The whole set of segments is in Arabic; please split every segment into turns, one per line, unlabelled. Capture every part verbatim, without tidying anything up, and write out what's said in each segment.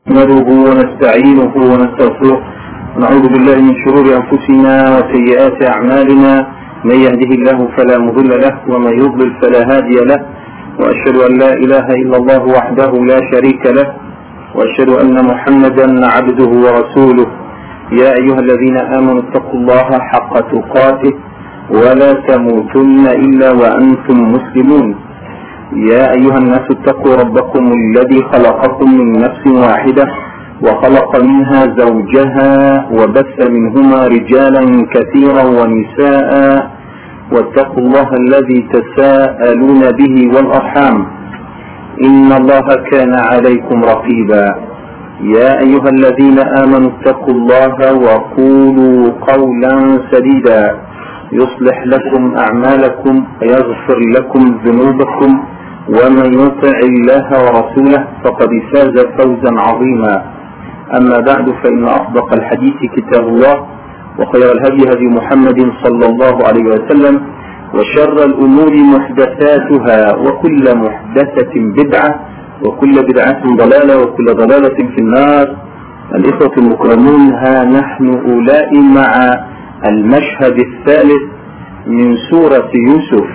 نحمده ونستعينه ونستغفره ونعوذ بالله من شرور أنفسنا وسيئات أعمالنا. من يهده الله فلا مضل له ومن يضلل فلا هادي له، وأشهد أن لا إله إلا الله وحده لا شريك له، وأشهد أن محمدا عبده ورسوله. يا أيها الذين آمنوا اتقوا الله حق تقاته ولا تموتن إلا وأنتم مسلمون. يا أيها الناس اتقوا ربكم الذي خلقكم من نفس واحدة وخلق منها زوجها وبث منهما رجالا كثيرا ونساء، واتقوا الله الذي تساءلون به والأرحام إن الله كان عليكم رقيبا. يا أيها الذين آمنوا اتقوا الله وقولوا قولا سديدا يصلح لكم أعمالكم ويغفر لكم ذنوبكم، ومن يطع الله ورسوله فقد فاز فوزا عظيما. أما بعد، فإن أصدق الحديث كتاب الله، وخير الهدي هدي محمد صلى الله عليه وسلم، وشر الأمور محدثاتها، وكل محدثة بدعة، وكل بدعة ضلالة، وكل ضلالة في النار. الإخوة المكرمون، ها نحن أولاء مع المشهد الثالث من سورة يوسف.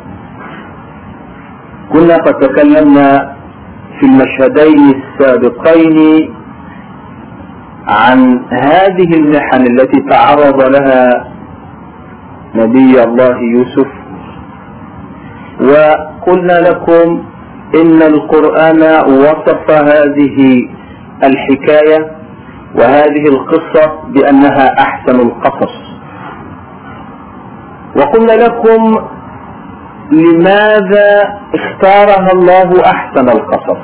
كنا قد تكلمنا في المشهدين السابقين عن هذه المحن التي تعرض لها نبي الله يوسف، وقلنا لكم إن القرآن وصف هذه الحكاية وهذه القصة بأنها أحسن القصص. وقلنا لكم لماذا اختارها الله أحسن القصص،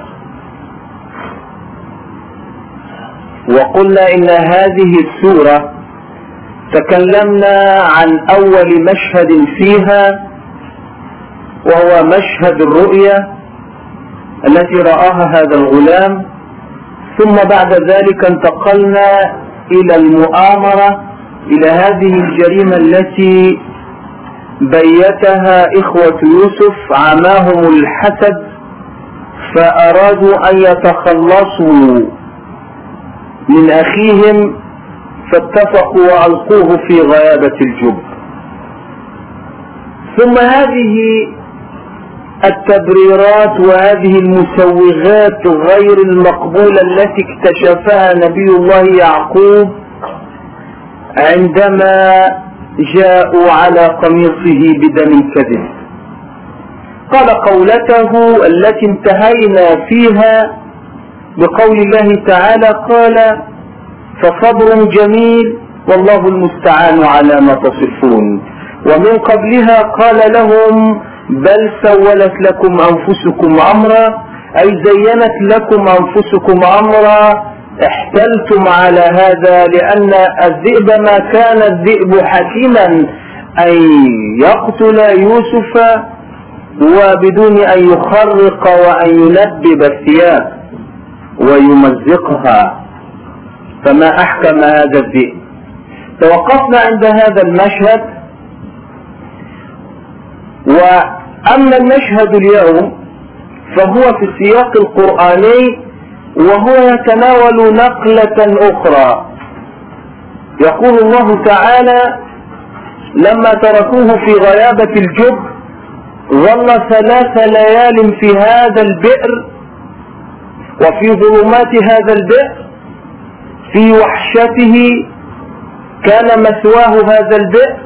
وقلنا إن هذه السورة تكلمنا عن أول مشهد فيها، وهو مشهد الرؤيا التي رآها هذا الغلام، ثم بعد ذلك انتقلنا إلى المؤامرة، إلى هذه الجريمة التي بيتها إخوة يوسف، عماهم الحسد، فأرادوا أن يتخلصوا من أخيهم، فاتفقوا وألقوه في غيابة الجب. ثم هذه التبريرات وهذه المسوغات غير المقبولة التي اكتشفها نبي الله يعقوب عندما جاءوا على قميصه بدم كذب. قال قولته التي انتهينا فيها بقول الله تعالى: قال فصبر جميل والله المستعان على ما تصفون. ومن قبلها قال لهم: بل سولت لكم أنفسكم أمرا، أي زينت لكم أنفسكم أمرا، احتلتم على هذا، لأن الذئب ما كان الذئب حكيما أن يقتل يوسف وبدون أن يخرق وأن ينبب الثياب ويمزقها، فما أحكم هذا الذئب. توقفنا عند هذا المشهد. وأما المشهد اليوم فهو في السياق القرآني، وهو يتناول نقلة أخرى. يقول الله تعالى: لما تركوه في غيابة الجب ظل ثلاث ليال في هذا البئر، وفي ظلمات هذا البئر في وحشته كان مثواه هذا البئر.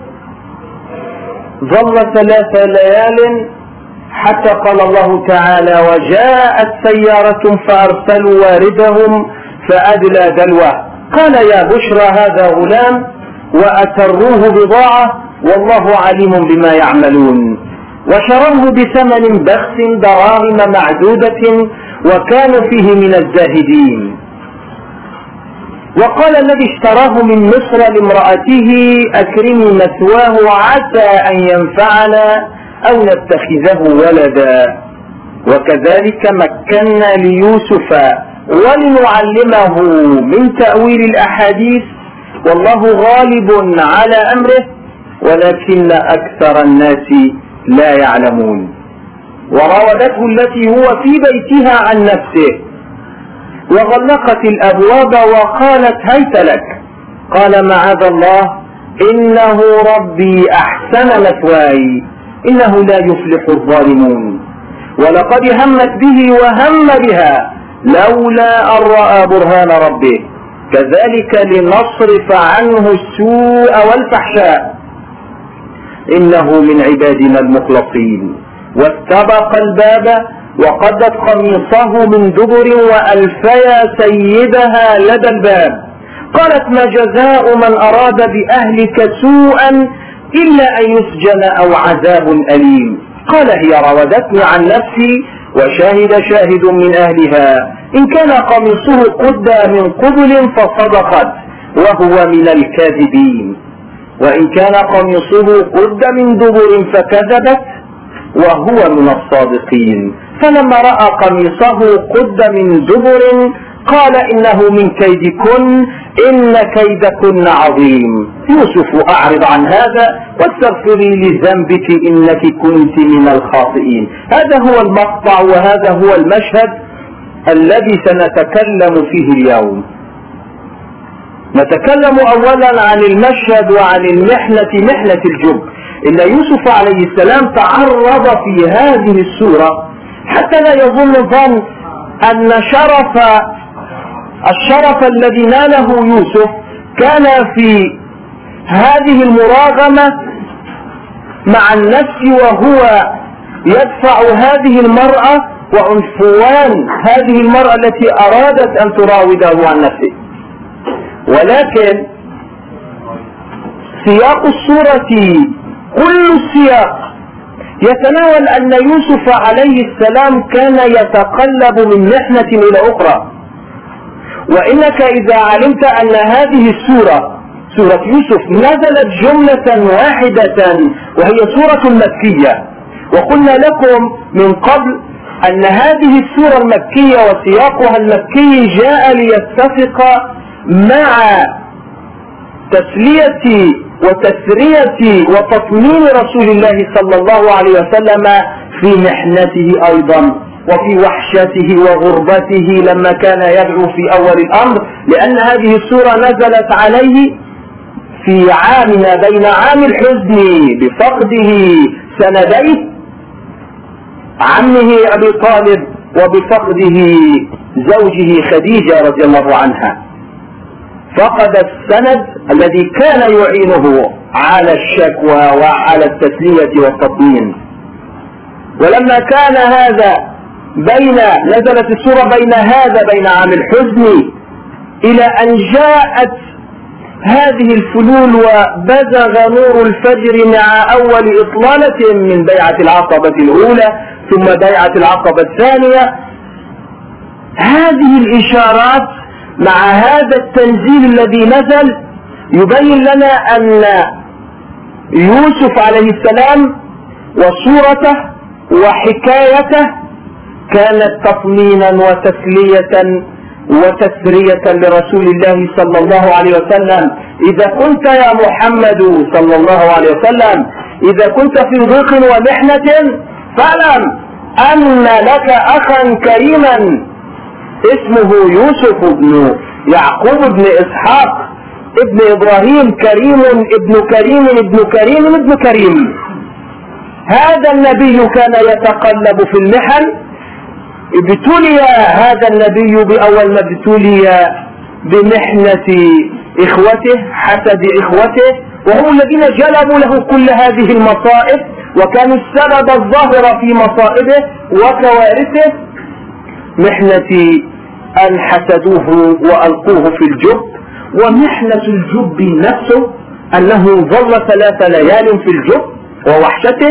ظل ثلاث ليال حتى قال الله تعالى: وجاءت سيارة فأرسلوا واردهم فأدلى دلوه، قال يا بشرى هذا غلام، وأسروه بضاعة والله عليم بما يعملون، وشروه بثمن بخس دراهم معدودة وكانوا فيه من الزاهدين. وقال الذي اشتراه من مصر لامرأته: أكرمي مثواه عسى أن ينفعنا أو نتخذه ولدا. وكذلك مكنا ليوسف ولنعلمه من تأويل الأحاديث، والله غالب على أمره ولكن أكثر الناس لا يعلمون. وراودته التي هو في بيتها عن نفسه، وغلقت الأبواب وقالت هيت لك. قال معاذ الله إنه ربي أحسن مثواي إنه لا يفلح الظالمون. ولقد همت به وهم بها لولا أن رأى برهان ربه كذلك لنصرف عنه السوء والفحشاء إنه من عبادنا المخلصين. واستبق الباب وقدت قميصه من دبر وألفيا سيدها لدى الباب. قالت ما جزاء من أراد بأهلك سوءا إلا أن يسجن أو عذاب أليم. قال هي راودتني عن نفسي وشاهد شاهد من أهلها إن كان قميصه قد من قبل فصدقت وهو من الكاذبين وإن كان قميصه قد من دبر فكذبت وهو من الصادقين. فلما رأى قميصه قد من دبر قال إنه من كيدكن إن كيدكن عظيم. يوسف أعرض عن هذا واستغفري لذنبك إنك كنت من الخاطئين. هذا هو المقطع وهذا هو المشهد الذي سنتكلم فيه اليوم. نتكلم أولا عن المشهد وعن المحنة محنة الجب. إن يوسف عليه السلام تعرض في هذه السورة حتى لا يظن الظن أن شرف الشرف الذي ناله يوسف كان في هذه المراغمة مع النفس وهو يدفع هذه المرأة وعنفوان هذه المرأة التي أرادت أن تراوده عن نفسه. ولكن سياق السورة كل السياق يتناول أن يوسف عليه السلام كان يتقلب من محنة إلى أخرى. وإنك إذا علمت أن هذه السورة سورة يوسف نزلت جملة واحدة وهي سورة مكية، وقلنا لكم من قبل أن هذه السورة المكية وسياقها المكي جاء ليتفق مع تسلية وتسرية وتطمين رسول الله صلى الله عليه وسلم في محنته أيضا وفي وحشته وغربته لما كان يدعو في أول الأمر، لأن هذه السورة نزلت عليه في عام ما بين عام الحزن بفقده سنديه عمه أبي طالب وبفقده زوجه خديجة رضي الله عنها. فقد السند الذي كان يعينه على الشكوى وعلى التسلية والتطمين. ولما كان هذا بين نزلت السورة بين هذا بين عام الحزن إلى أن جاءت هذه الفلول وبزغ نور الفجر مع أول إطلالة من بيعة العقبة الأولى ثم بيعة العقبة الثانية. هذه الإشارات مع هذا التنزيل الذي نزل يبين لنا أن يوسف عليه السلام وصورته وحكايته كانت تطمينا وتسلية وتسرية لرسول الله صلى الله عليه وسلم. إذا كنت يا محمد صلى الله عليه وسلم إذا كنت في ضيق ومحنة فاعلم أن لك أخا كريما اسمه يوسف بن يعقوب بن إسحاق ابن إبراهيم كريم ابن كريم ابن كريم ابن كريم. هذا النبي كان يتقلب في المحن. ابتلي هذا النبي بأول ما ابتلي بمحنة إخوته حسد إخوته وهم الذين جلبوا له كل هذه المصائب وكانوا السبب الظاهر في مصائبه وكوارثه. محنة أن حسدوه وألقوه في الجب، ومحنة الجب نفسه أنه ظل ثلاث ليال في الجب ووحشته،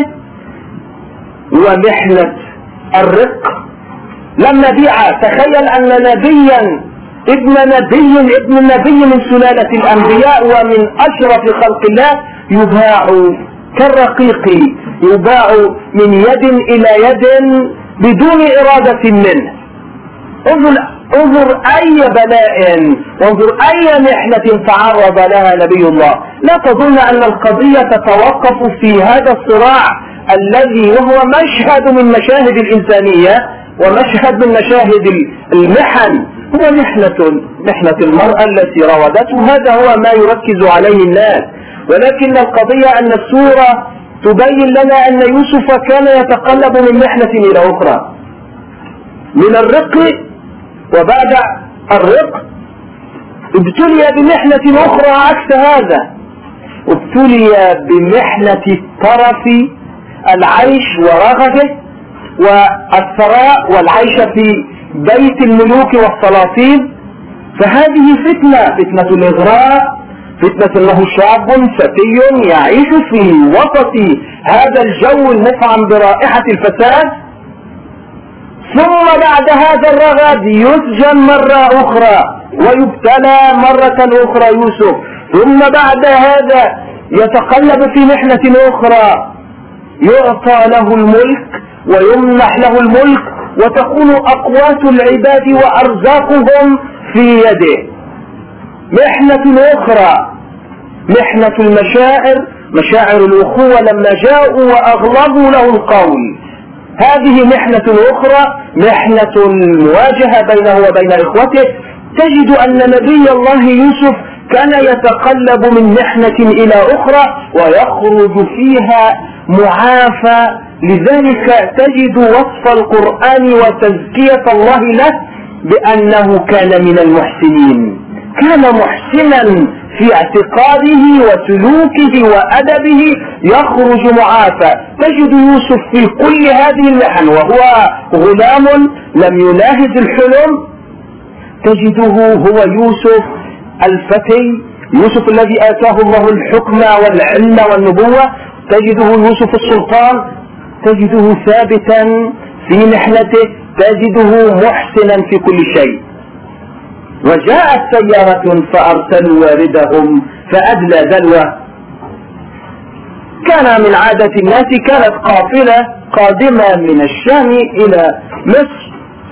ومحنة الرق لما بيع. تخيل أن نبيا ابن نبي ابن نبي من سلالة الأنبياء ومن أشرف خلق الله يباع كالرقيق، يباع من يد إلى يد بدون إرادة منه. انظر, انظر أي بلاء وانظر أي محنة تعرض لها نبي الله. لا تظن أن القضية تتوقف في هذا الصراع الذي وهو مشهد من مشاهد الإنسانية ومشهد من مشاهد المحن هو محنة محنة المرأة التي راودته، هذا هو ما يركز عليه الناس. ولكن القضية أن السورة تبين لنا أن يوسف كان يتقلب من محنة إلى أخرى، من الرق وبعد الرق ابتلي بمحنة أخرى عكس هذا، ابتلي بمحنة الترف، العيش ورغده والثراء والعيش في بيت الملوك والسلاطين. فهذه فتنة، فتنة الإغراء، فتنة له شاب فتي يعيش في وسط هذا الجو المفعم برائحة الفساد، ثم بعد هذا الرغد يسجن مرة أخرى ويبتلى مرة أخرى يوسف، ثم بعد هذا يتقلب في محنة أخرى، يعطى له الملك ويمنح له الملك وتكون أقوات العباد وأرزاقهم في يده. محنة أخرى محنة المشاعر، مشاعر الأخوة لما جاءوا وأغلظوا له القول. هذه محنة أخرى، محنة المواجهة بينه وبين إخوته. تجد أن نبي الله يوسف كان يتقلب من محنة إلى أخرى ويخرج فيها معافى. لذلك تجد وصف القرآن وتزكية الله له بأنه كان من المحسنين، كان محسنا في اعتقاده وسلوكه وأدبه، يخرج معافى. تجد يوسف في كل هذه المحن وهو غلام لم يلاحظ الحلم، تجده هو يوسف الفتي، يوسف الذي آتاه الله الحكم والعلم والنبوة، تجده يوسف السلطان، تجده ثابتا في محنته، تجده محسنا في كل شيء. وجاءت سيارة فأرسلوا واردهم فأدلى دلوه. كان من عادة الناس، كانت قافلة قادمة من الشام إلى مصر،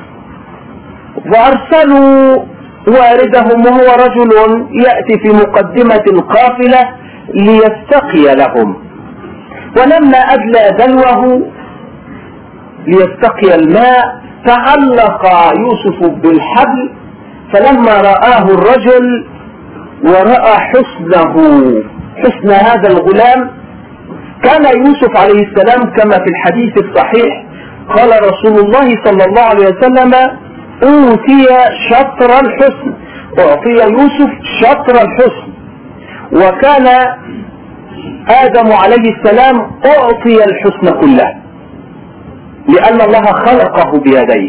وأرسلوا واردهم وهو رجل يأتي في مقدمة القافلة ليستقي لهم. ولما أدلى دلوه ليستقي الماء تعلق يوسف بالحبل، فلما رآه الرجل ورأى حسنه، حسن هذا الغلام، كان يوسف عليه السلام كما في الحديث الصحيح قال رسول الله صلى الله عليه وسلم: أوتي شطر الحسن، أعطي يوسف شطر الحسن. وكان آدم عليه السلام أعطي الحسن كله لأن الله خلقه بيديه.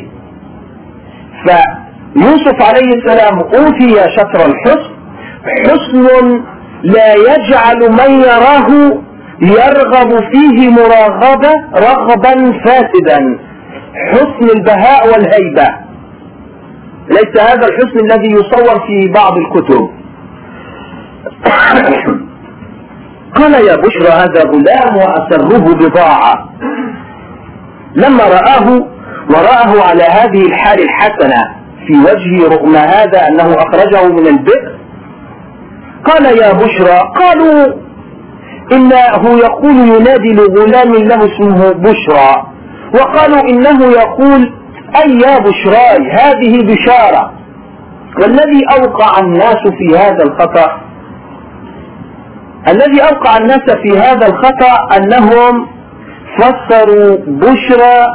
فيوسف عليه السلام أوتي شطر الحسن، حسن لا يجعل من يراه يرغب فيه مراغبة رغبا فاسدا، حسن البهاء والهيبة، ليس هذا الحسن الذي يصور في بعض الكتب. قال: يا بشرى هذا غلام وأسره بضاعة. لما رآه ورآه على هذه الحال الحسنة في وجهه رغم هذا أنه أخرجه من البئر، قال: يا بشرى. قالوا إنه يقول ينادي لغلام له اسمه بشرى، وقالوا إنه يقول: أي يا بشراي، هذه بشارة. والذي أوقع الناس في هذا الخطأ الذي أوقع الناس في هذا الخطأ أنهم فسروا بشرى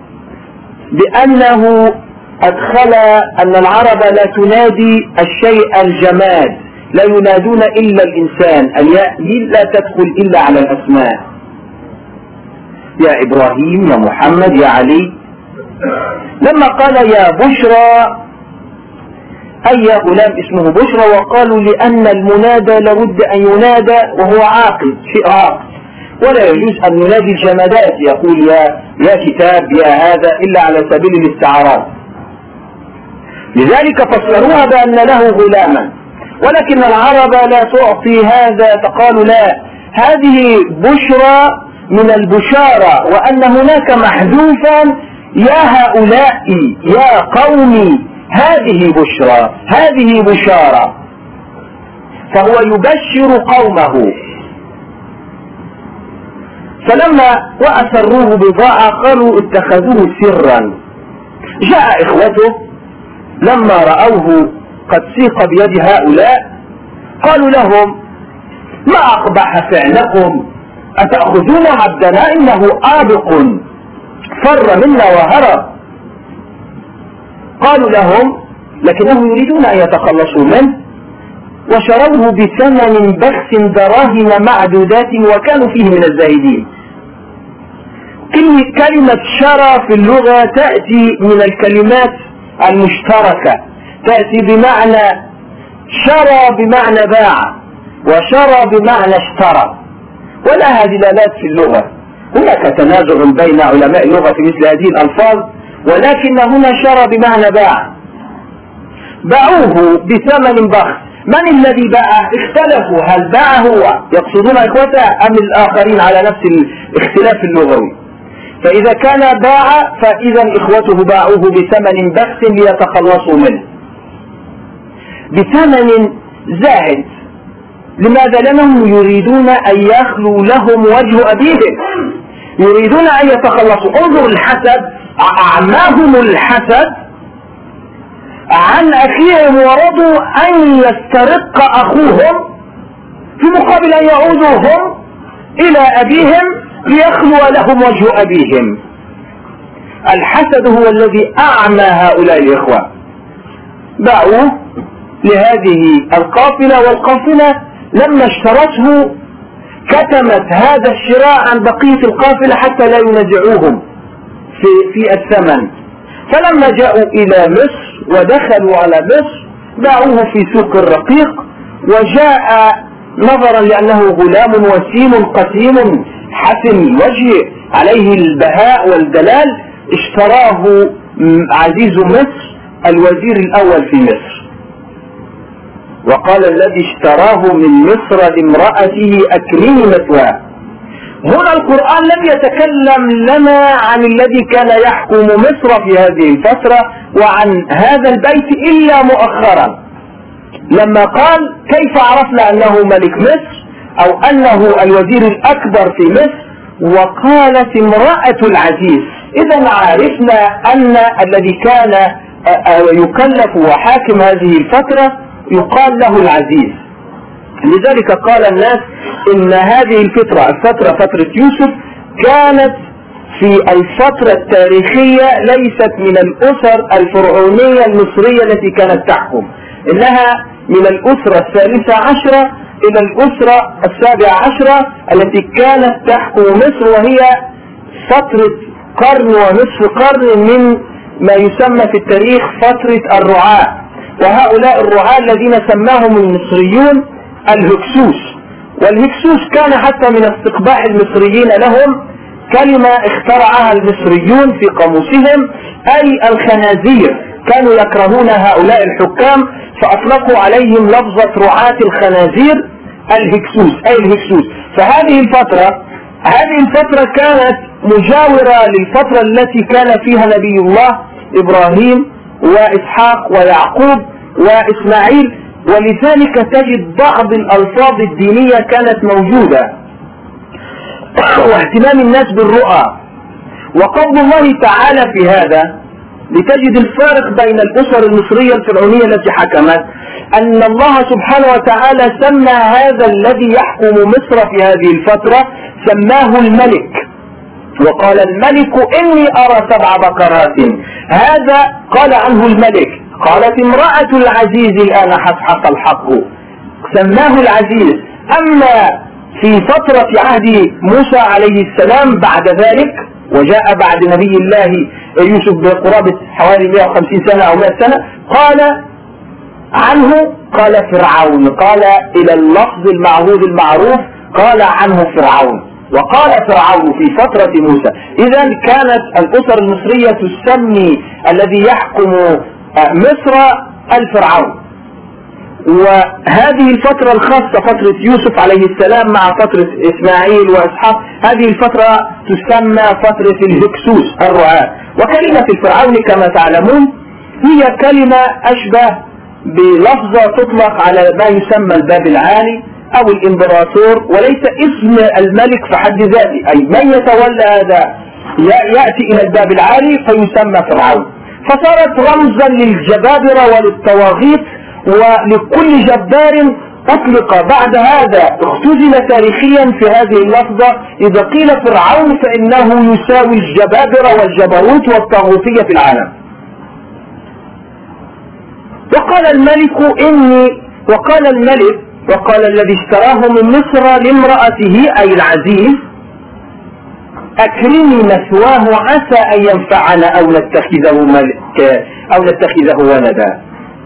بأنه أدخل أن العرب لا تنادي الشيء الجماد، لا ينادون إلا الإنسان، الياء لا تدخل إلا على الأسماء، يا إبراهيم يا محمد يا علي. لما قال يا بشرى أي يا غلام اسمه بشرى، وقالوا لأن المنادى لابد أن ينادى وهو عاقل، شيء عاقل، ولا يجوز أن ينادي الجمادات يقول يا يا كتاب يا هذا إلا على سبيل الاستعارات. لذلك فسروها بأن له غلاما، ولكن العرب لا تعطي هذا، فقالوا لا، هذه بشرى من البشارة، وأن هناك محذوفا يا هؤلاء يا قومي هذه بشرى، هذه بشارة، فهو يبشر قومه. فلما وأسروه بضاعة قالوا اتخذوه سرا. جاء إخوته لما رأوه قد سيق بيد هؤلاء قالوا لهم ما أقبح فعلكم، أتأخذون عبدنا إنه آبق فر منا وهرب. قالوا لهم لكنهم يريدون أن يتخلصوا منه، وشروه بثمن بخس دراهم معدودات وكانوا فيه من الزاهدين. كلمة شرى في اللغة تأتي من الكلمات المشتركة، تأتي بمعنى شرى بمعنى باع، وشرى بمعنى اشترى، ولها دلالات في اللغة. هناك تنازع بين علماء اللغة في مثل هذه الألفاظ، ولكن هنا شرى بمعنى باع. باعوه بثمن بخس. من الذي باعه؟ اختلفوا، هل باع هو يقصدون إخوته أم الآخرين على نفس الاختلاف اللغوي؟ فإذا كان باع فإذا إخوته باعوه بثمن بخس ليتخلصوا منه، بثمن زاهد. لماذا؟ لأنهم يريدون أن يخلوا لهم وجه أبيهم، يريدون أن يتخلصوا. انظر الحسد، أعماهم الحسد عن أخيهم ورضوا أن يسترق أخوهم في مقابل أن يعودوا هم إلى أبيهم ليخلو لهم وجه أبيهم. الحسد هو الذي أعمى هؤلاء الإخوة. باعوه لهذه القافلة، والقافلة لما اشترته كتمت هذا الشراء عن بقية القافلة حتى لا ينزعوهم في, في الثمن. فلما جاءوا إلى مصر ودخلوا على مصر باعوه في سوق الرقيق، وجاء نظرا لأنه غلام وسيم قسيم حسن الوجه عليه البهاء والدلال، اشتراه عزيز مصر الوزير الأول في مصر، وقال الذي اشتراه من مصر لامرأته أكرمي مثواه. هنا القرآن لم يتكلم لنا عن الذي كان يحكم مصر في هذه الفترة وعن هذا البيت إلا مؤخرا، لما قال كيف عرفنا أنه ملك مصر أو أنه الوزير الأكبر في مصر، وقالت امرأة العزيز. إذا عرفنا أن الذي كان يكلف وحاكم هذه الفترة يقال له العزيز. لذلك قال الناس إن هذه الفترة الفترة فترة يوسف كانت في الفترة التاريخية ليست من الأسر الفرعونية المصرية التي كانت تحكم، إنها من الأسرة الثالثة عشرة إلى الأسرة السابعة عشرة التي كانت تحكم مصر، وهي فترة قرن ونصف قرن من ما يسمى في التاريخ فترة الرعاة. وهؤلاء الرعاة الذين سماهم المصريون الهكسوس، والهكسوس كان حتى من استقباح المصريين لهم كلمة اخترعها المصريون في قاموسهم، أي الخنازير. كانوا يكرهون هؤلاء الحكام فأطلقوا عليهم لفظة رعاة الخنازير الهكسوس، أي الهكسوس. فهذه الفترة هذه الفترة كانت مجاورة للفترة التي كان فيها نبي الله إبراهيم وإسحاق ويعقوب وإسماعيل، ولذلك تجد بعض الألفاظ الدينية كانت موجودة، واهتمام الناس بالرؤى. وقول الله تعالى في هذا لتجد الفارق بين الأسر المصرية الفرعونية التي حكمت، أن الله سبحانه وتعالى سمى هذا الذي يحكم مصر في هذه الفترة سماه الملك، وقال الملك إني أرى سبع بقرات، هذا قال عنه الملك. قالت امرأة العزيز الآن حصحص الحق، سماه العزيز. أما في فترة عهد موسى عليه السلام بعد ذلك، وجاء بعد نبي الله يوسف بقرابة حوالي مئة وخمسين سنة أو مئة سنة، قال عنه قال فرعون، قال إلى اللفظ المعهود المعروف قال عنه فرعون، وقال فرعون في فترة موسى. إذا كانت الأسر المصرية تسمي الذي يحكم مصر الفرعون. وهذه الفترة الخاصة فترة يوسف عليه السلام مع فترة إسماعيل وإسحاق، هذه الفترة تسمى فترة الهكسوس الرعاة. وكلمة الفرعون كما تعلمون هي كلمة أشبه بلفظة تطلق على ما يسمى الباب العالي أو الإمبراطور، وليس اسم الملك في حد ذاته، أي من يتولى هذا يأتي إلى الباب العالي فيسمى فرعون. فصارت رمزا للجبابرة وللطواغيت ولكل جبار أطلق. بعد هذا اختزل تاريخيا في هذه اللفظة، إذا قيل فرعون فإنه يساوي الجبابرة والجبروت والطاغوتية في العالم. وقال الملك إني وقال الملك وقال الذي اشتراه من مصر لامرأته أي العزيز أكرمي مثواه عسى أن ينفعنا أو نتخذه ملك أو نتخذه ولدا.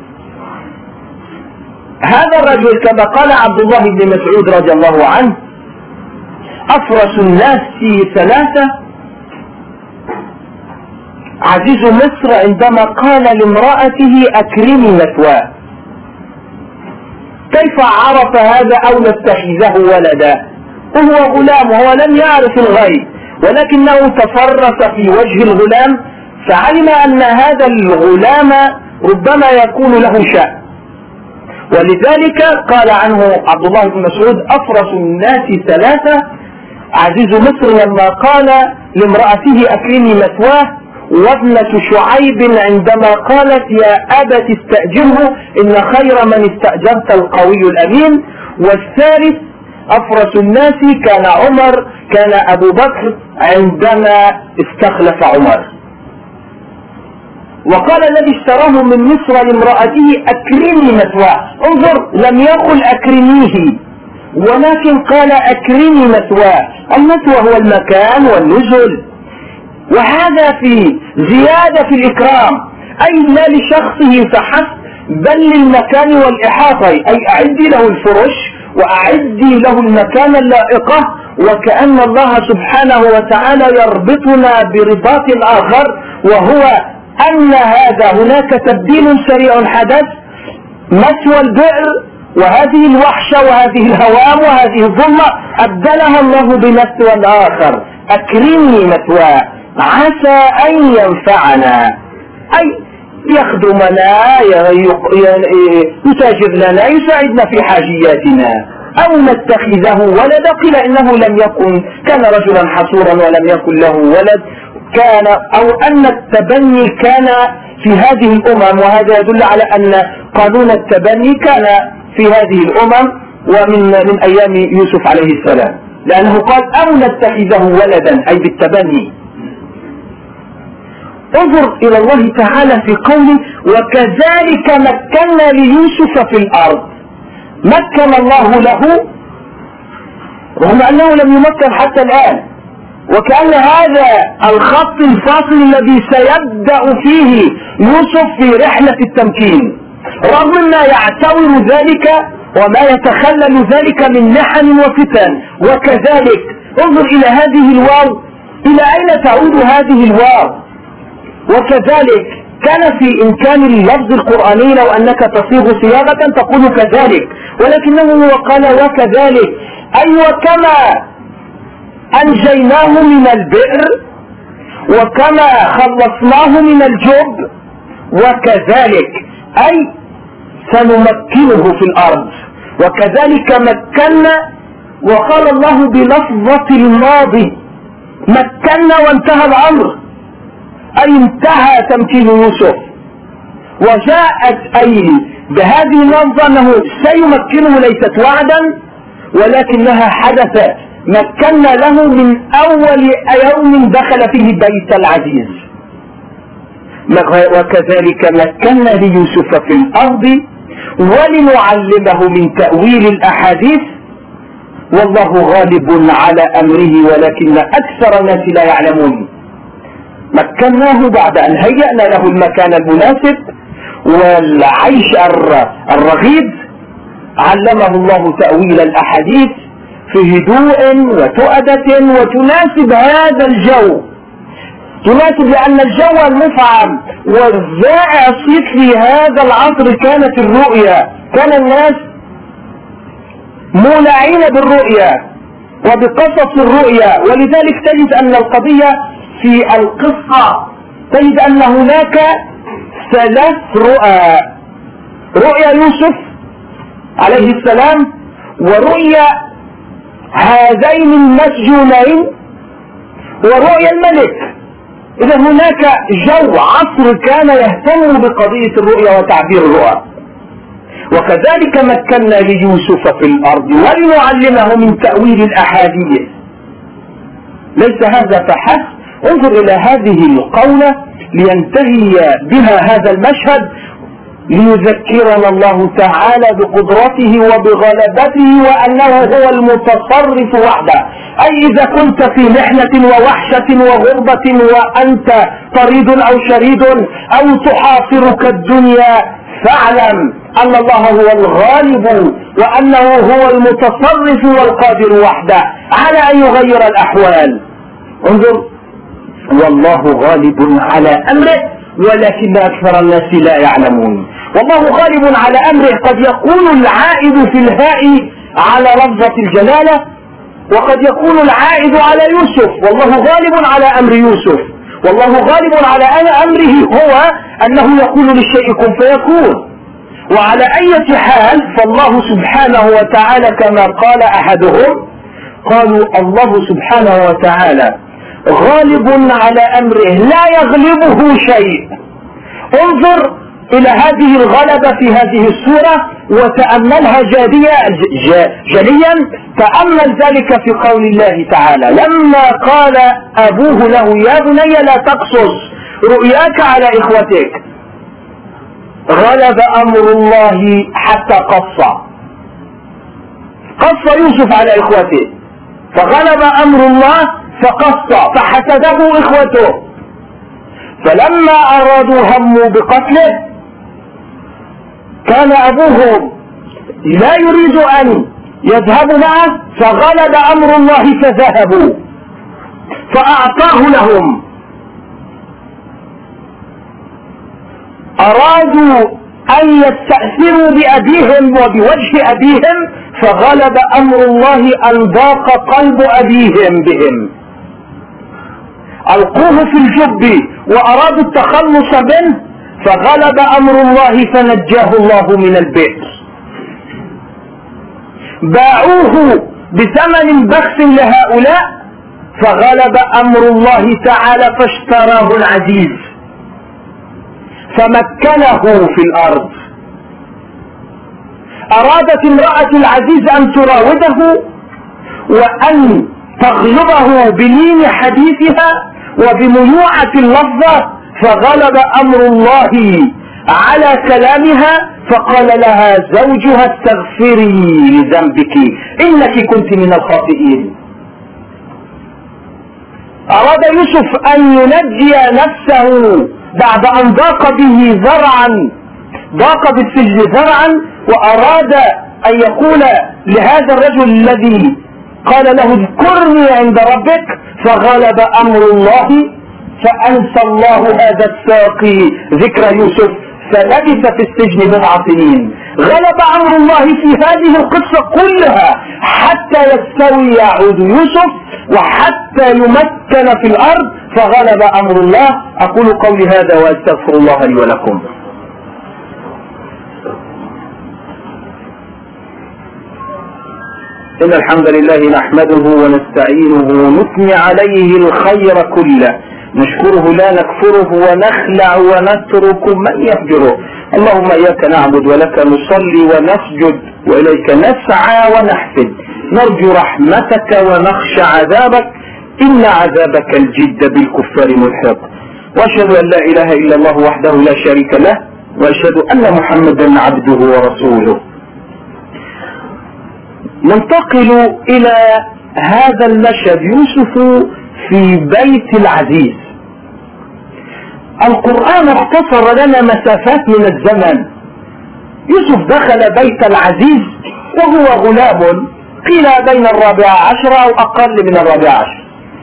هذا الرجل كما قال عبد الله بن مسعود رضي الله عنه أفرس الناس ثلاثة. عزيز مصر عندما قال لامرأته أكرمي مثواه، كيف عرف هذا أو نتخذه ولدا؟ وهو غلام وهو لم يعرف الغيب، ولكنه تفرس في وجه الغلام فعلم أن هذا الغلام ربما يكون له شأن، ولذلك قال عنه عبد الله بن مسعود أفرس الناس ثلاثة. عزيز مصر لما قال لامرأته أكرمي مثواه، وابنة شعيب عندما قالت يا أبت استأجره إن خير من استأجرت القوي الأمين. والثالث أفرس الناس كان عمر، كان أبو بكر عندما استخلف عمر. وقال الذي اشتراه من مصر لامرأته أكرمي مثواه، انظر لم يقل أكرميه ولكن قال أكرمي مثواه. المثوى هو المكان والنزل، وهذا في زيادة في الإكرام، أي لا لشخصه فحسب بل للمكان والإحاطة، أي أعدي له الفرش وأعدي له المكان اللائقة، وكأن الله سبحانه وتعالى يربطنا برباط آخر، وهو أن هذا هناك تبديل سريع حدث. مثوى البئر وهذه الوحشة وهذه الهوام وهذه الظلمة أبدلها الله بمثوى آخر، أكرمني مثواه عسى أن ينفعنا، أي يخدمنا يتاجر لنا يساعدنا في حاجياتنا أو نتخذه ولدا. قيل إنه لم يكن، كان رجلا حصورا ولم يكن له ولد، كان أو أن التبني كان في هذه الأمم، وهذا يدل على أن قانون التبني كان في هذه الأمم ومن من أيام يوسف عليه السلام، لأنه قال أو نتخذه ولدا أي بالتبني. انظر إلى الله تعالى في قوله وكذلك مكنا ليوسف في الأرض. مكن الله له رغم أنه لم يمكن حتى الآن، وكأن هذا الخط الفاصل الذي سيبدأ فيه يوسف في رحلة التمكين، رغم ما يعتبر ذلك وما يتخلل ذلك من محن وفتن. وكذلك انظر إلى هذه الواو، إلى أين تعود هذه الواو؟ وكذلك كان في إمكان اللفظ القرآني لو أنك تصيغ صياغة تقول كذلك، ولكنه قال وكذلك أي وكما أنجيناه من البئر وكما خلصناه من الجب، وكذلك أي سنمكنه في الأرض. وكذلك مكنا، وقال الله بلفظة الماضي مكنا وانتهى الأمر، أي انتهى تمكين يوسف. وجاءت أي بهذه اللفظة أنه سيمكنه ليست وعدا ولكنها حدثت، مكنا له من أول يوم دخل فيه بيت العزيز. وكذلك مكنا ليوسف في الأرض ولنعلمه من تأويل الأحاديث والله غالب على أمره ولكن أكثر الناس لا يعلمون. مكناه بعد أن هيأنا له المكان المناسب والعيش الرغيد، علمه الله تأويل الأحاديث في هدوء وتؤدة وتناسب هذا الجو، تناسب لأن الجو المفعم والذائع الصيت في هذا العصر كانت الرؤيا، كان الناس مولعين بالرؤيا وبقصص الرؤيا. ولذلك تجد أن القضية في القصة تجد أن هناك ثلاث رؤى: رؤيا يوسف عليه السلام، ورؤيا هذين المسجونين، ورؤيا الملك. إذا هناك جو عصر كان يهتم بقضية الرؤيا وتعبير الرؤى. وكذلك مكنا ليوسف في الأرض ولنعلمه من تأويل الأحاديث. ليس هذا فحسب، انظر إلى هذه القولة لينتهي بها هذا المشهد، ليذكرنا الله تعالى بقدرته وبغلبته وأنه هو المتصرف وحده. أي إذا كنت في محنة ووحشة وغربة وأنت طريد أو شريد أو تحاصرك الدنيا، فاعلم أن الله هو الغالب وأنه هو المتصرف والقادر وحده على أن يغير الأحوال. انظر، والله غالب على أمره ولكن أكثر الناس لا يعلمون. والله غالب على أمره قد يكون العائد في الهاء على لفظة الجلالة، وقد يكون العائد على يوسف. والله غالب على أمر يوسف، والله غالب على أمره هو أنه يقول للشيء كن فيكون. وعلى أي حال فالله سبحانه وتعالى كما قال أحدهم، قالوا الله سبحانه وتعالى غالب على أمره لا يغلبه شيء. انظر إلى هذه الغلبة في هذه السورة وتأملها جليا. تأمل ذلك في قول الله تعالى لما قال أبوه له يا بني لا تقصص رؤياك على إخوتك. غلب أمر الله حتى قص قص يوسف على إخوته، فغلب أمر الله فقص فحسده إخوته، فلما أرادوا هموا بقتله كان أبوه لا يريد أن يذهب معه، فغلب أمر الله فذهبوا فأعطاه لهم. أرادوا أن يستأثروا بأبيهم وبوجه أبيهم، فغلب أمر الله أن ضاق قلب أبيهم بهم. ألقوه في الجب وأرادوا التخلص منه، فغلب أمر الله فنجاه الله من البئر. باعوه بثمن بخس لهؤلاء، فغلب أمر الله تعالى فاشتراه العزيز فمكنه في الأرض. أرادت امرأة العزيز أن تراوده وأن تغلبه بلين حديثها وبميوعة اللفظة، فغلب أمر الله على كلامها فقال لها زوجها استغفري لذنبك إنك كنت من الخاطئين. أراد يوسف أن ينجي نفسه بعد أن ضاق به ذرعا، ضاق بالسجن ذرعا، وأراد أن يقول لهذا الرجل الذي قال له اذكرني عند ربك، فغلب أمر الله فأنسى الله هذا الساقي ذكر يوسف فلبث في السجن بضع سنين. غلب أمر الله في هذه القصة كلها حتى يستوي يعود يوسف وحتى يمكن في الأرض، فغلب أمر الله. أقول قولي هذا وأستغفر الله لي ولكم. إن الحمد لله نحمده ونستعينه ونثني عليه الخير كله، نشكره لا نكفره ونخلع ونترك من يفجره. اللهم إياك نعبد ولك نصلي ونسجد وإليك نسعى ونحفد، نرجو رحمتك ونخشى عذابك إن عذابك الجد بالكفار ملحق. وأشهد أن لا إله إلا الله وحده لا شريك له، وأشهد أن محمدا عبده ورسوله. ننتقل إلى هذا المشهد، يوسف في بيت العزيز. القرآن اختصر لنا مسافات من الزمن. يوسف دخل بيت العزيز وهو غلام، قيل بين الرابعة عشر أو أقل من الرابعة عشر،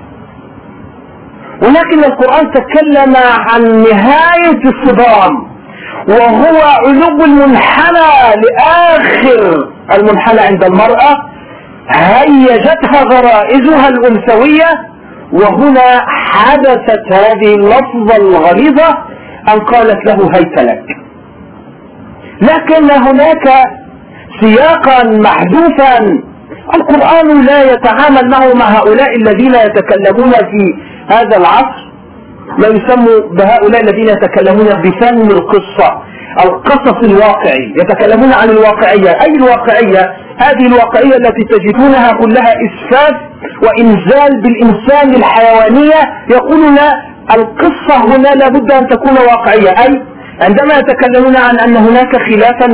ولكن القرآن تكلم عن نهاية الصدام، وهو علو المنحنى لآخر المنحنى عند المرأة، هيجتها غرائزها الأنثوية. وهنا حدثت هذه اللفظة الغليظة أن قالت له هيت لك. لكن هناك سياقا محذوفا القرآن لا يتعامل معه مع هؤلاء الذين يتكلمون في هذا العصر، ما يسمى بهؤلاء الذين يتكلمون بفن القصة، القصص الواقعي، يتكلمون عن الواقعية. أي الواقعية؟ هذه الواقعية التي تجدونها كلها إسفاف وإنزال بالإنسان الحيوانية. يقولون القصة هنا لابد أن تكون واقعية، أي عندما يتكلمون عن أن هناك خلافا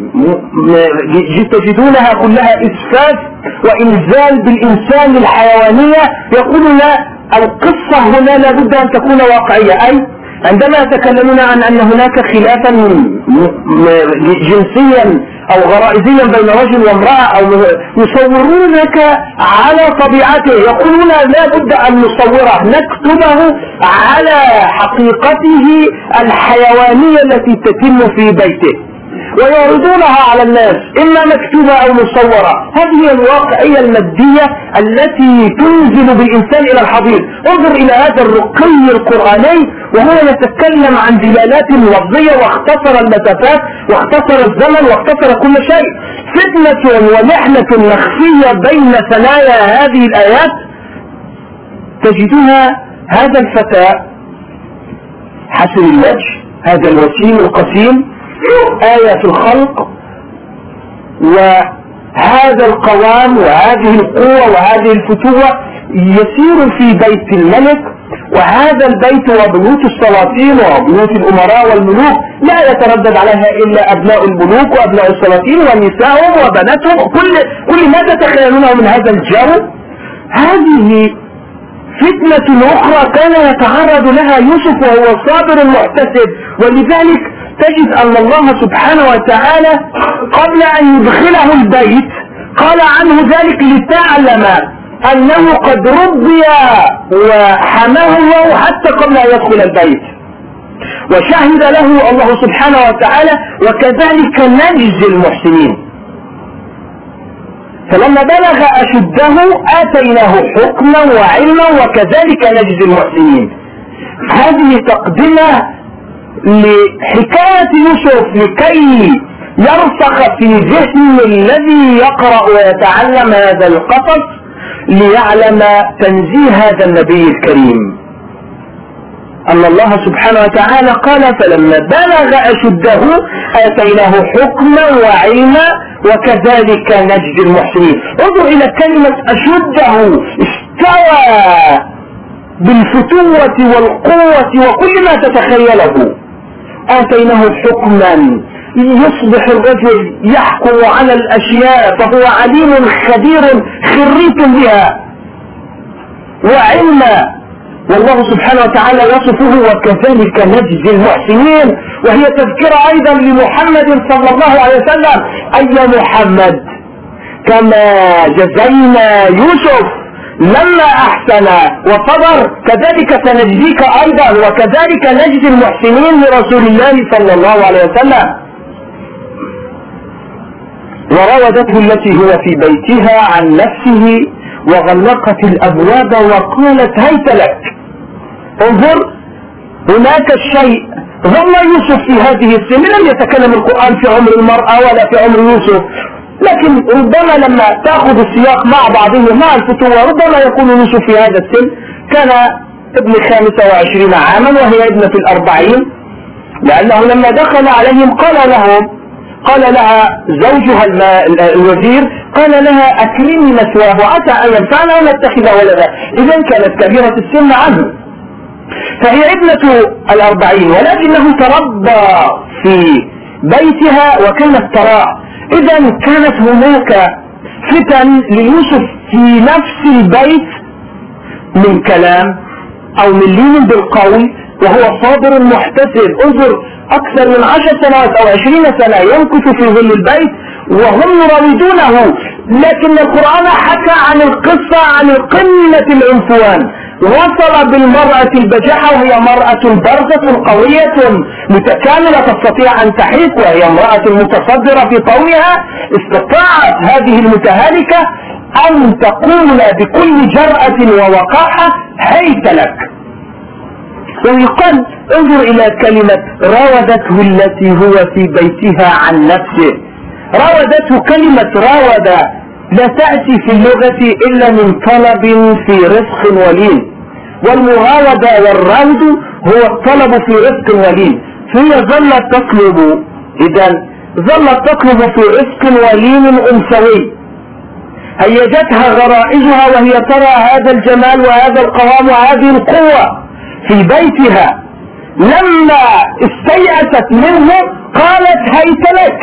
تجدونها كلها إسفاف وإنزال بالإنسان الحيوانية. يقولون القصة هنا لابد أن تكون واقعية، أي عندما يتكلمون عن أن هناك خلافا جنسيا أو غرائزيا بين رجل وامرأة أو يصورونك على طبيعته، يقولون لا بد أن نصوره نكتبه على حقيقته الحيوانية التي تتم في بيته ويعرضونها على الناس إما مكتوبة أو مصورة. هذه الواقعية المادية التي تنزل بالإنسان إلى الحضيض. انظر إلى هذا الرقي القرآني وهو يتكلم عن دلالات لفظية واختصر المسافات واختصر الزمن واختصر كل شيء. فتنة ومحنة مخفية بين ثنايا هذه الآيات تجدها هذا الفتى حسن الوجه، هذا الوسيم القسيم، آية الخلق وهذا القوام وهذه القوة وهذه الفتوة يسير في بيت الملك، وهذا البيت وبيوت السلاطين وبيوت الأمراء والملوك لا يتردد عليها إلا أبناء الملوك وأبناء السلاطين ونسائهم وبناتهم، كل كل ما تتخيلونه من هذا الجو. هذه فتنة أخرى كان يتعرض لها يوسف وهو صابر محتسب، ولذلك تجد أن الله سبحانه وتعالى قبل أن يدخله البيت قال عنه ذلك لتعلم أنه قد ربي وحماه الله حتى قبل أن يدخل البيت، وشهد له الله سبحانه وتعالى وكذلك نجزي المحسنين. فلما بلغ أشده آتيناه حكما وعلما وكذلك نجزي المحسنين. هذه تقدمة لحكاية يوسف لكي يرسخ في ذهن الذي يقرأ ويتعلم هذا القصص ليعلم تنزيه هذا النبي الكريم أن الله سبحانه وتعالى قال فلما بلغ أشده آتيناه حكما وعلما وكذلك نجزي المحسنين. انظر إلى كلمة أشده، استوى بالفتوة والقوة وكل ما تتخيله. آتيناه حكما، يصبح الرجل يحكم على الأشياء فهو عليم خبير خريط بها، وعلما، والله سبحانه وتعالى يصفه وكذلك نجزي المحسنين. وهي تذكرة أيضا لمحمد صلى الله عليه وسلم، أي محمد كما جزينا يوسف لما أحسن وصبر كذلك سنجزيك أيضا وكذلك نجزي المحسنين لرسول الله صلى الله عليه وسلم. وراودته التي هو في بيتها عن نفسه وغلقت الأبواب وقالت هيت لك. انظر، هناك الشيء ظل يوسف في هذه السن، لم يتكلم القرآن في عمر المرأة ولا في عمر يوسف، لكن ربما لما تأخذ السياق مع بعضه مع الفتوة ربما يكون يوسف في هذا السن كان ابن خامسة وعشرين عاما وهي ابنة الأربعين، لأنه لما دخل عليهم قال لهم قال لها زوجها الوزير قال لها أكرمي مثواه عسى أن ينفعنا ونتخذ ولدا. إذن كانت كبيرة السن عنه، فهي ابنة الأربعين ولكنه تربى في بيتها وكانت تراع. إذن كانت هناك فتن ليوسف في نفس البيت من كلام أو من لين بالقول وهو صابر محتسب. انظر، أكثر من عشر سنوات أو عشرين سنة يمكث في ظل البيت وهم يراودونه، لكن القرآن حكى عن القصة عن قمة العنفوان. وصل بالمرأة البجحة وهي مرأة برزة قوية متكاملة تستطيع أن تحيط، وهي امرأة متصدرة في قومها. استطاعت هذه المتهالكة أن تقول بكل جرأة ووقاحة هيت لك. ويقال انظر إلى كلمة راودته التي هو في بيتها عن نفسه. راودته، كلمة راود لا تأتي في اللغة إلا من طلب في رزق ولين، والمراودة والروض هو الطلب في رزق وليم، فهي ظلت تطلب، إذا ظلت تطلب في رزق وليم أنثوي، هيجتها غرائزها وهي ترى هذا الجمال وهذا القوام وهذه القوة في بيتها. لما استيأست منه قالت هيت لك،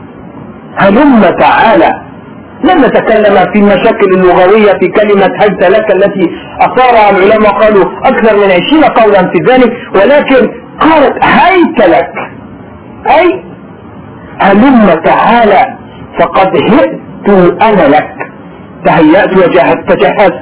هلم تعالى. لم نتكلم في المشاكل اللغوية في كلمة هيت لك التي أثارها العلماء، قالوا أكثر من عشرين قولا في ذلك، ولكن قالت هيت لك أي هلم تعالى، فقد هئت أنا لك، تهيأت وجهزت تجهزت،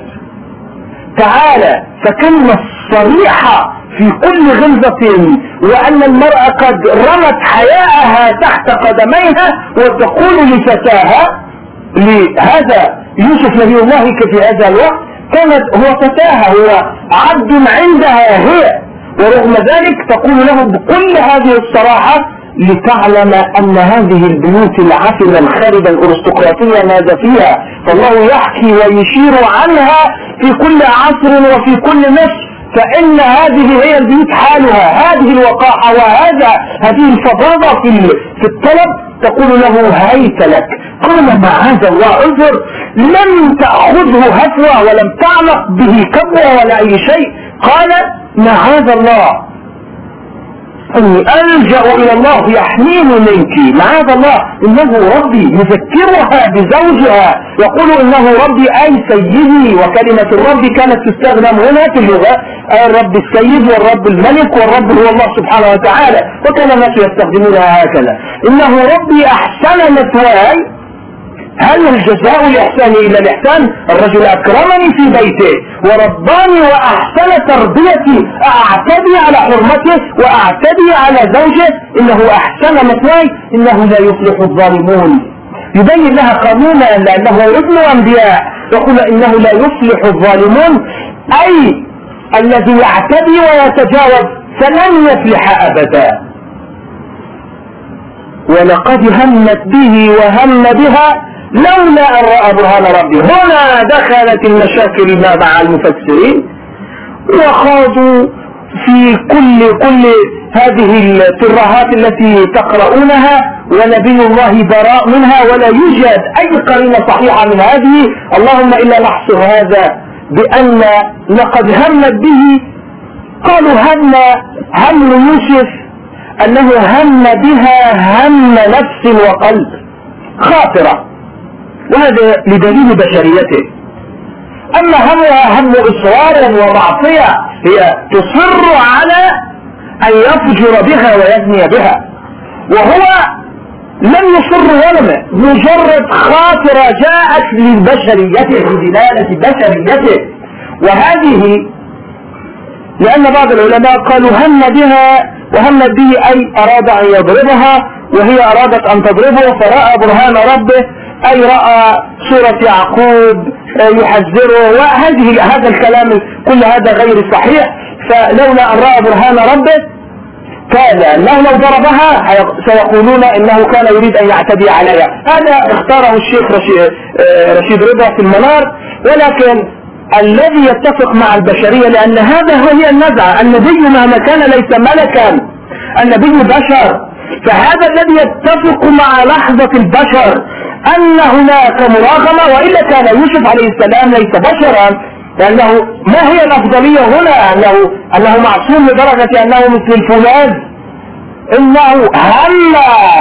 تعالى. فكلمة صريحة في كل غمزة، وأن المرأة قد رمت حياءها تحت قدميها وتقول لفتاها، لهذا يوسف نبي الله في هذا الوقت كانت هو فتاها، هو عبد عندها هي، ورغم ذلك تقول له بكل هذه الصراحة لتعلم أن هذه البيوت العفنة الخاربة الأرستقراطية ماذا فيها. فالله يحكي ويشير عنها في كل عصر وفي كل مصر، فإن هذه هي البيوت حالها، هذه الوقاحة وهذا هذه الفظاظة في في الطلب. تقول له هيت لك، قال معاذ الله، انظر، لم تأخذه هفوة ولم تعلق به كبوة ولا أي شيء، قال معاذ الله أني ألجأ إلى الله يحميني منك، معاذ الله، إنه ربي، يذكرها بزوجها، يقول إنه ربي أي سيدي، وكلمة الرب كانت تستخدم هنا في اللغة الرب السيد والرب الملك، والرب هو الله سبحانه وتعالى، وكان الناس يستخدمونها هكذا. إنه ربي أحسن مثواي، هل الجزاء الإحسان إلا الإحسان؟ الرجل أكرمني في بيته ورباني وأحسن تربيتي، أعتدي على حرمته وأعتدي على زوجه، إنه أحسن مثواي، إنه لا يفلح الظالمون. يبين لها قانونا لأنه ابن أنبياء، يقول إنه لا يفلح الظالمون، أي الذي يعتدي ويتجاوز فلن يفلح أبدا. ولقد همت به وهم بها لولا أن رأى برهان ربي. هنا دخلت المشاكل مع المفسرين وخاضوا في كل كل هذه الترهات التي تقرؤونها، ونبي الله براء منها، ولا يوجد أي قرينة صحيحة من هذه، اللهم إلا نحصر هذا بأن لقد همت به. قالوا هم هم يوسف أنه هم بها هم نفس وقلب، خاطرة، وهذا لدليل بشريته. أما همها هم إصرار ومعصية، هي تصر على أن يفجر بها ويزني بها، وهو لم يصر ولم، مجرد خاطرة جاءت لبشريته، لدلالة بشريته. وهذه لأن بعض العلماء قالوا هم بها وهم به أي أراد أن يضربها، وهي أرادت أن تضربه، فرأى برهان ربه، أي رأى سورة يعقوب يحذره، وهذه هذا الكلام كل هذا غير صحيح. فلولا أن رأى برهان ربه كان أنه لو ضربها سيقولون إنه كان يريد أن يعتدي عليها. هذا اختاره الشيخ رشيد رضا في المنار، ولكن الذي يتفق مع البشرية، لأن هذا هو هي النزعة، النبي مهما كان ليس ملكا، النبي بشر، فهذا الذي يتفق مع لحظة البشر أن هناك مراغمة، وإلا كان يوسف عليه السلام ليس بشرا، لأنه ما هي الأفضلية هنا؟ أنه, أنه معصوم لدرجة أنه مثل الفولاذ، إنه هم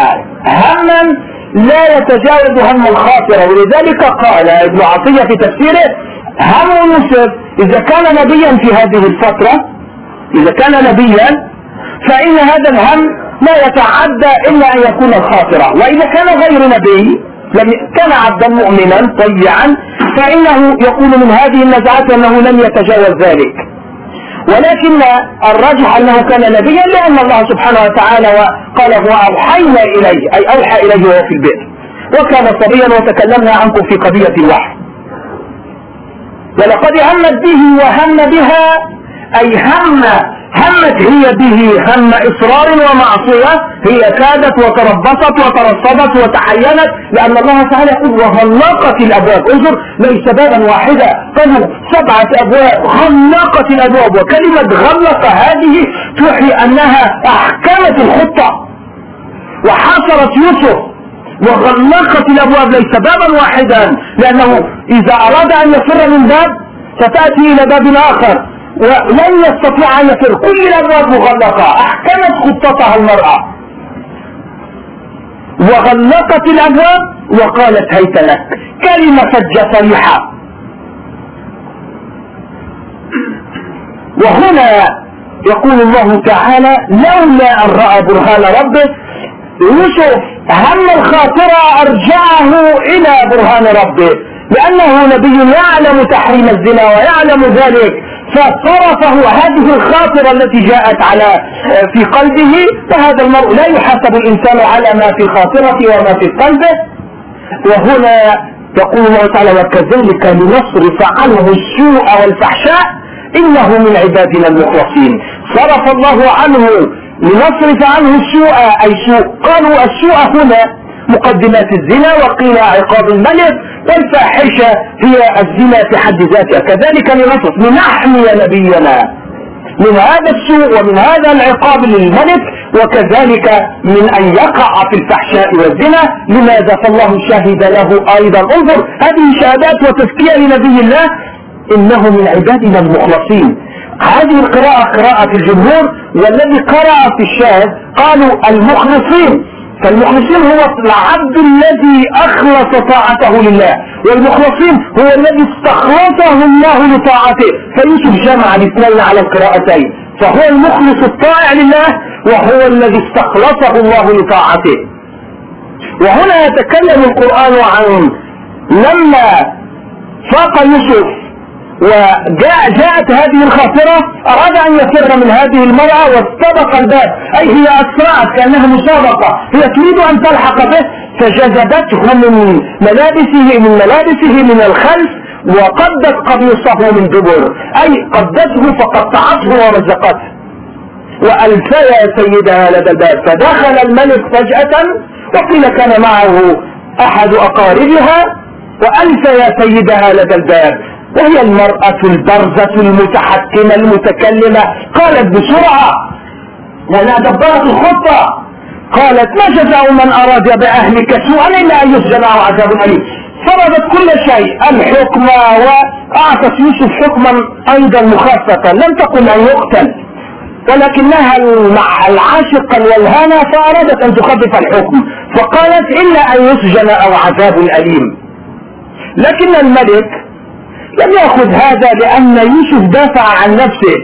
هما لا يتجاوز هم الخاطرة. ولذلك قال ابن عطية في تفسيره هم يوسف إذا كان نبيا في هذه الفترة، إذا كان نبيا فإن هذا الهم لا يتعدى إلا أن يكون الخاطرة، وإذا كان غير نبي لم كان عبدا مؤمنا طيعا فإنه يكون من هذه النزعات أنه لم يتجاوز ذلك. ولكن الراجح أنه كان نبيا، لأن الله سبحانه وتعالى قال وأوحينا إليه، أي أوحى إليه وهو في البئر، وكان صبيا، وتكلمنا عنكم في قضية الوحي. ولقد همت به وهم بها، أي هم
همت هي به هم إصرار ومعصية، هي كادت وتربصت وترصدت وتحينت، لأن الله تعالى يقول وغلقت الأبواب. انظر، ليس بابا واحدة، قالوا سبعة أبواب، غلقت الأبواب. وكلمة غلق هذه توحي أنها أحكمت الخطة وحاصرت يوسف وغلقت الأبواب، ليس بابا واحدا، لأنه إذا أراد أن يفر من باب ستأتي إلى باب آخر ولن يستطيع أن يفر، كل الأبواب مغلقة، أحكمت خطتها المرأة وغلقت الأبواب وقالت هيت لك، كلمة فجة صريحة. وهنا يقول الله تعالى لولا أن رأى برهان ربه، يوسف هم الخاطرة أرجعه إلى برهان ربه، لأنه نبي يعلم تحريم الزنا ويعلم ذلك، فصرفه هذه الخاطرة التي جاءت على في قلبه. فهذا المرء لا يحاسب الإنسان على ما في خاطرته وما في قلبه. وهنا يقول الله تعالى وكذلك لنصرف عنه السوء والفحشاء إنه من عبادنا المخلصين. صرف الله عنه لنصرف عنه السوء، أي سوء، قالوا السوء هنا مقدمات الزنا، وقيل عقاب الملك، والفاحشة هي الزنا في حد ذاتها. كذلك لنصرف لنحمي نبينا من هذا السوء ومن هذا العقاب للملك، وكذلك من أن يقع في الفحشاء والزنا. لماذا؟ فالله شهد له أيضا. انظر، هذه شهادات وتزكية لنبي الله، إنه من عبادنا المخلصين. هذه القراءة قراءة الجمهور، والذي قرأ في الشاهد قالوا المخلصين. فالمخلصين هو العبد الذي أخلص طاعته لله، والمخلصين هو الذي استخلصه الله لطاعته. فيوسف جمع الاثنين على القراءتين، فهو المخلص الطائع لله وهو الذي استخلصه الله لطاعته. وهنا يتكلم القرآن عن لما فاق يوسف وجاء جاءت هذه الخاطرة أراد أن يفر من هذه المرأة واستبق الباب، أي هي أسرعت كأنها مسابقة، هي تريد أن تلحق به، فجذبته من ملابسه من ملابسه من الخلف وقدت قميصه من دبر، أي قدته فقطعته ورزقته وألفيا سيدها لدى الباب. فدخل الملك فجأة، وقيل كان معه أحد أقاربها، وألفيا سيدها لدى الباب، وهي المرأة البرزة المتحكمة المتكلمة. قالت بسرعة ولا دبرت الخطة، قالت ما جزاء من أراد بأهلك سوءا إلا أن يسجن أو عذاب أليم. فرضت كل شيء، الحكم، وأعطت يوسف حكما أيضا مخففا، لم تقل أن يقتل، ولكنها العاشق والهانة فأرادت أن تخفف الحكم، فقالت إلا أن يسجن أو عذاب أليم. لكن الملك لم يأخذ هذا، لأن يوسف دافع عن نفسه،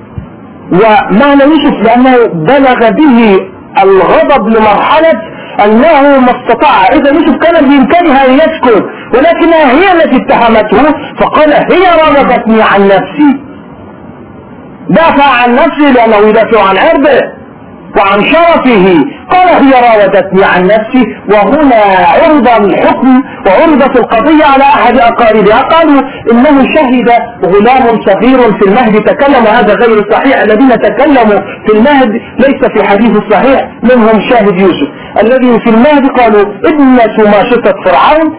ومعنى يوسف لأنه بلغ به الغضب لمرحلة أنه ما استطاع. إذا يوسف كان بإمكانها أن يسكت، ولكنها هي التي اتهمته، فقال هي راودتني عن نفسي. دافع عن نفسه لأنه يدافع عن عرضه وعن شرفه، قال هي راودتني عن نفسي. وهنا عرض الحكم وعرضت القضية على أحد أقاربها، قالوا إنه شهد غلام صغير في المهد تكلم، هذا غير صحيح. الذين تكلموا في المهد ليس في حديث الصحيح، منهم شاهد يوسف. الذي في المهد قالوا ابن سماشطة فرعون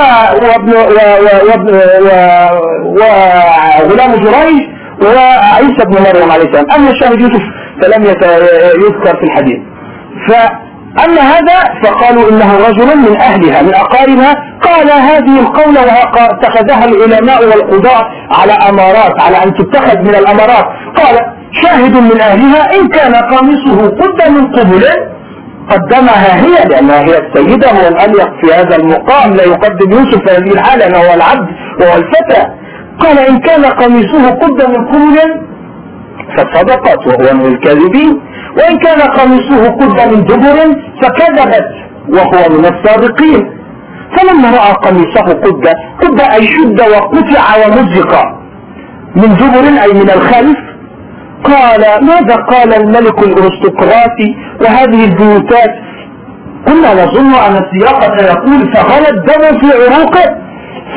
وغلام جريج وعيسى بن مريم عليه السلام. أما شاهد يوسف فلم يذكر في الحديث. فأما هذا فقالوا إنه رجل من أهلها من أقاربها. قال هذه القولة واتخذها العلماء والقضاء على أمارات، على أن تتخذ من الأمارات. قال شاهد من أهلها إن كان قميصه قد من قبل، قدمها هي لأنها هي السيدة والأليق في هذا المقام، لا يقدم يوسف في هذه الحالة وهو العبد وهو الفتى. قال إن كان قميصه قد من قبل فصدقت وهو من الكاذبين، وإن كان قميصه قد من دبر فكذبت وهو من الصادقين. فلما رأى قميصه قد قد أي شد وقطع ومزق من دبر أي من الخلف، قال ماذا قال الملك الأرستقراطي وهذه البيوتات؟ كنا نظن أن السياقة يقول فغلى الدم في عروقه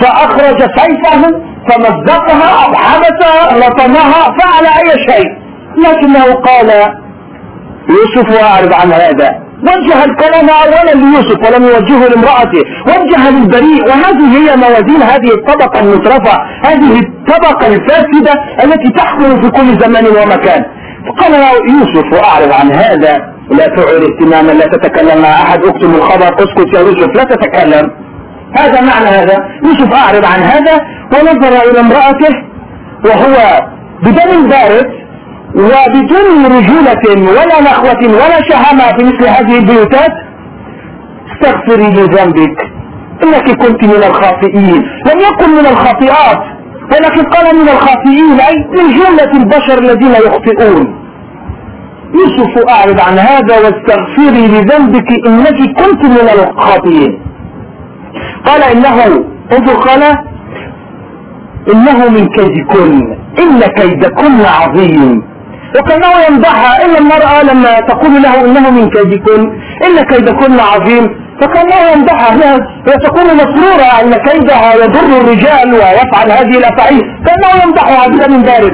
فأخرج سيفه فمزقها أو حبسها لطمها، فعل أي شيء، لكنه قال يوسف أعرض عن هذا، وجه الكلام أولا ليوسف ولم يوجهه لامرأته، وجه للبريء. وهذه هي موازين هذه الطبقة المترفة، هذه الطبقة الفاسدة التي تحكم في كل زمان ومكان. فقال يوسف أعرض عن هذا، لا تعر اهتماما، لا تتكلم مع أحد، اكتم الخبر، اسكت يا يوسف لا تتكلم. هذا معنى هذا. يوسف أعرض عن هذا، ونظر إلى امرأته وهو بدم بارد وبدون رجولة ولا نخوة ولا شهامة في مثل هذه البيوتات. استغفري لذنبك إنك كنت من الخاطئين. لم يكن من الخاطئات، ولكن قال من الخاطئين، أي من جملة البشر الذين يخطئون. يوسف أعرض عن هذا واستغفري لذنبك إنك كنت من الخاطئين. قال إنه انظر قال إنه من كيدكن، إن كيدكن عظيم. وكانه يمدحها، إلا المرأة لما تقول له إنه من كيدكن إن كيدكن عظيم، فكانه يمدحها، هي تكون مسرورة أن كيدها يضر الرجال ويفعل هذه الأفعال، كانه يمدحها بدم بارد.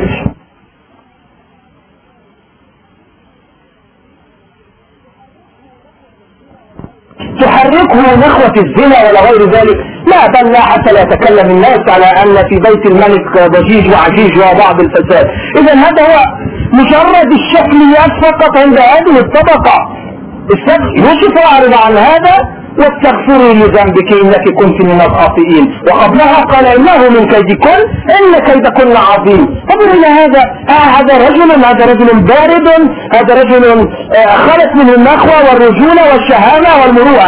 تحركه نخوة الزنا ولا غير ذلك، لا بل لا حتى لا يتكلم الناس على أن في بيت الملك ضجيج وعجيج وبعض الفساد. إذا هذا هو مجرد الشكليات فقط عند هذه الطبقة. يوسف أعرض عن هذا واستغفري لذنبك إنك كنت من الخاطئين. وقبلها قال إنه من كيدكن إن كيدكن عظيم. انظر إلى هذا، هذا رجل هذا رجل بارد، هذا رجل خلت منه النخوة والرجولة والشهامة والمروءة.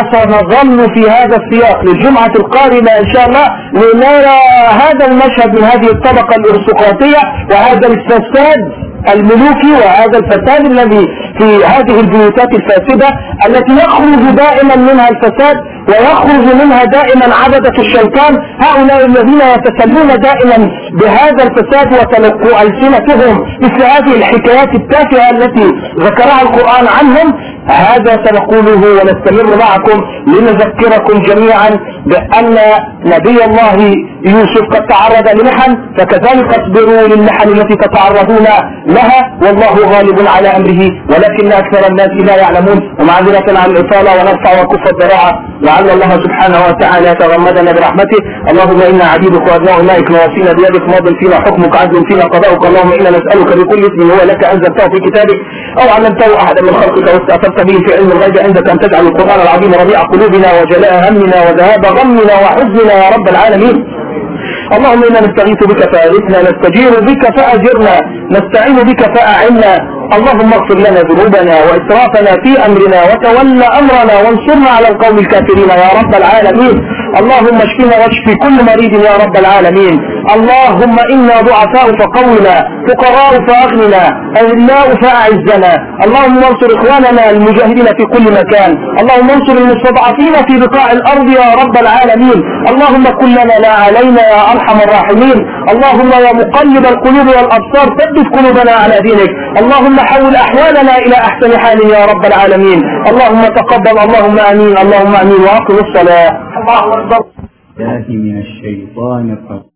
وسنظل في هذا السياق للجمعة القادمة إن شاء الله لنرى هذا المشهد من هذه الطبقة الأرستقراطية وهذا الفساد الملوكي وهذا الفساد الذي في هذه البيوتات الفاسدة التي يخرج دائما منها الفساد ويخرج منها دائما عبدة الشيطان. هؤلاء الذين يتسلون دائما بهذا الفساد وتلقوا ألسنتهم مثل هذه الحكايات التافهة التي ذكرها القرآن عنهم. هذا سنقوله ونستمر معكم لنذكركم جميعا بأن نبي الله يوسف قد تعرض لمحن، فكذلك اصبروا للمحن التي تتعرضون لها، والله غالب على أمره ولكن أكثر الناس لا يعلمون. ومعذرة عن الإطالة ونرفع وكف الذراع، لعل الله سبحانه وتعالى يتغمدنا برحمته. اللهم إنا عبيدك وأبناء إمائك نواصينا بيدك، ماض فينا حكمك، عدل فينا قضاؤك. اللهم إنا نسألك بكل اسم هو لك أنزلته في كتابك أو علمته أحدا من خلقك واستأثرت به في علم الغيب عندك أن تجعل القرآن العظيم ربيع قلوبنا وجلاء همنا وذهاب غمنا وحزننا يا رب العالمين. اللهم إنا نستغيث بك فأغثنا، نستجير بك فأجرنا، نستعين بك فأعنا. اللهم اغفر لنا ذنوبنا وإسرافنا في أمرنا وتولى أمرنا وانصرنا على القوم الكافرين يا رب العالمين. اللهم اشفنا واشف كل مريض يا رب العالمين. اللهم إنا ضعفاء فقونا، فقراء فأغننا، أذلاء فأعزنا. اللهم انصر إخواننا المجاهدين في كل مكان. اللهم انصر المستضعفين في بقاع الأرض يا رب العالمين. اللهم كن لنا لا علينا يا أرحم الراحمين. اللهم يا مقلب القلوب والأبصار ثبت قلوبنا على دينك. اللهم حول أحوالنا إلى أحسن حال يا رب العالمين. اللهم تقبل، اللهم آمين، اللهم آمين. وأقم الصلاة. الله أكبر.
من الشيطان الرجيم.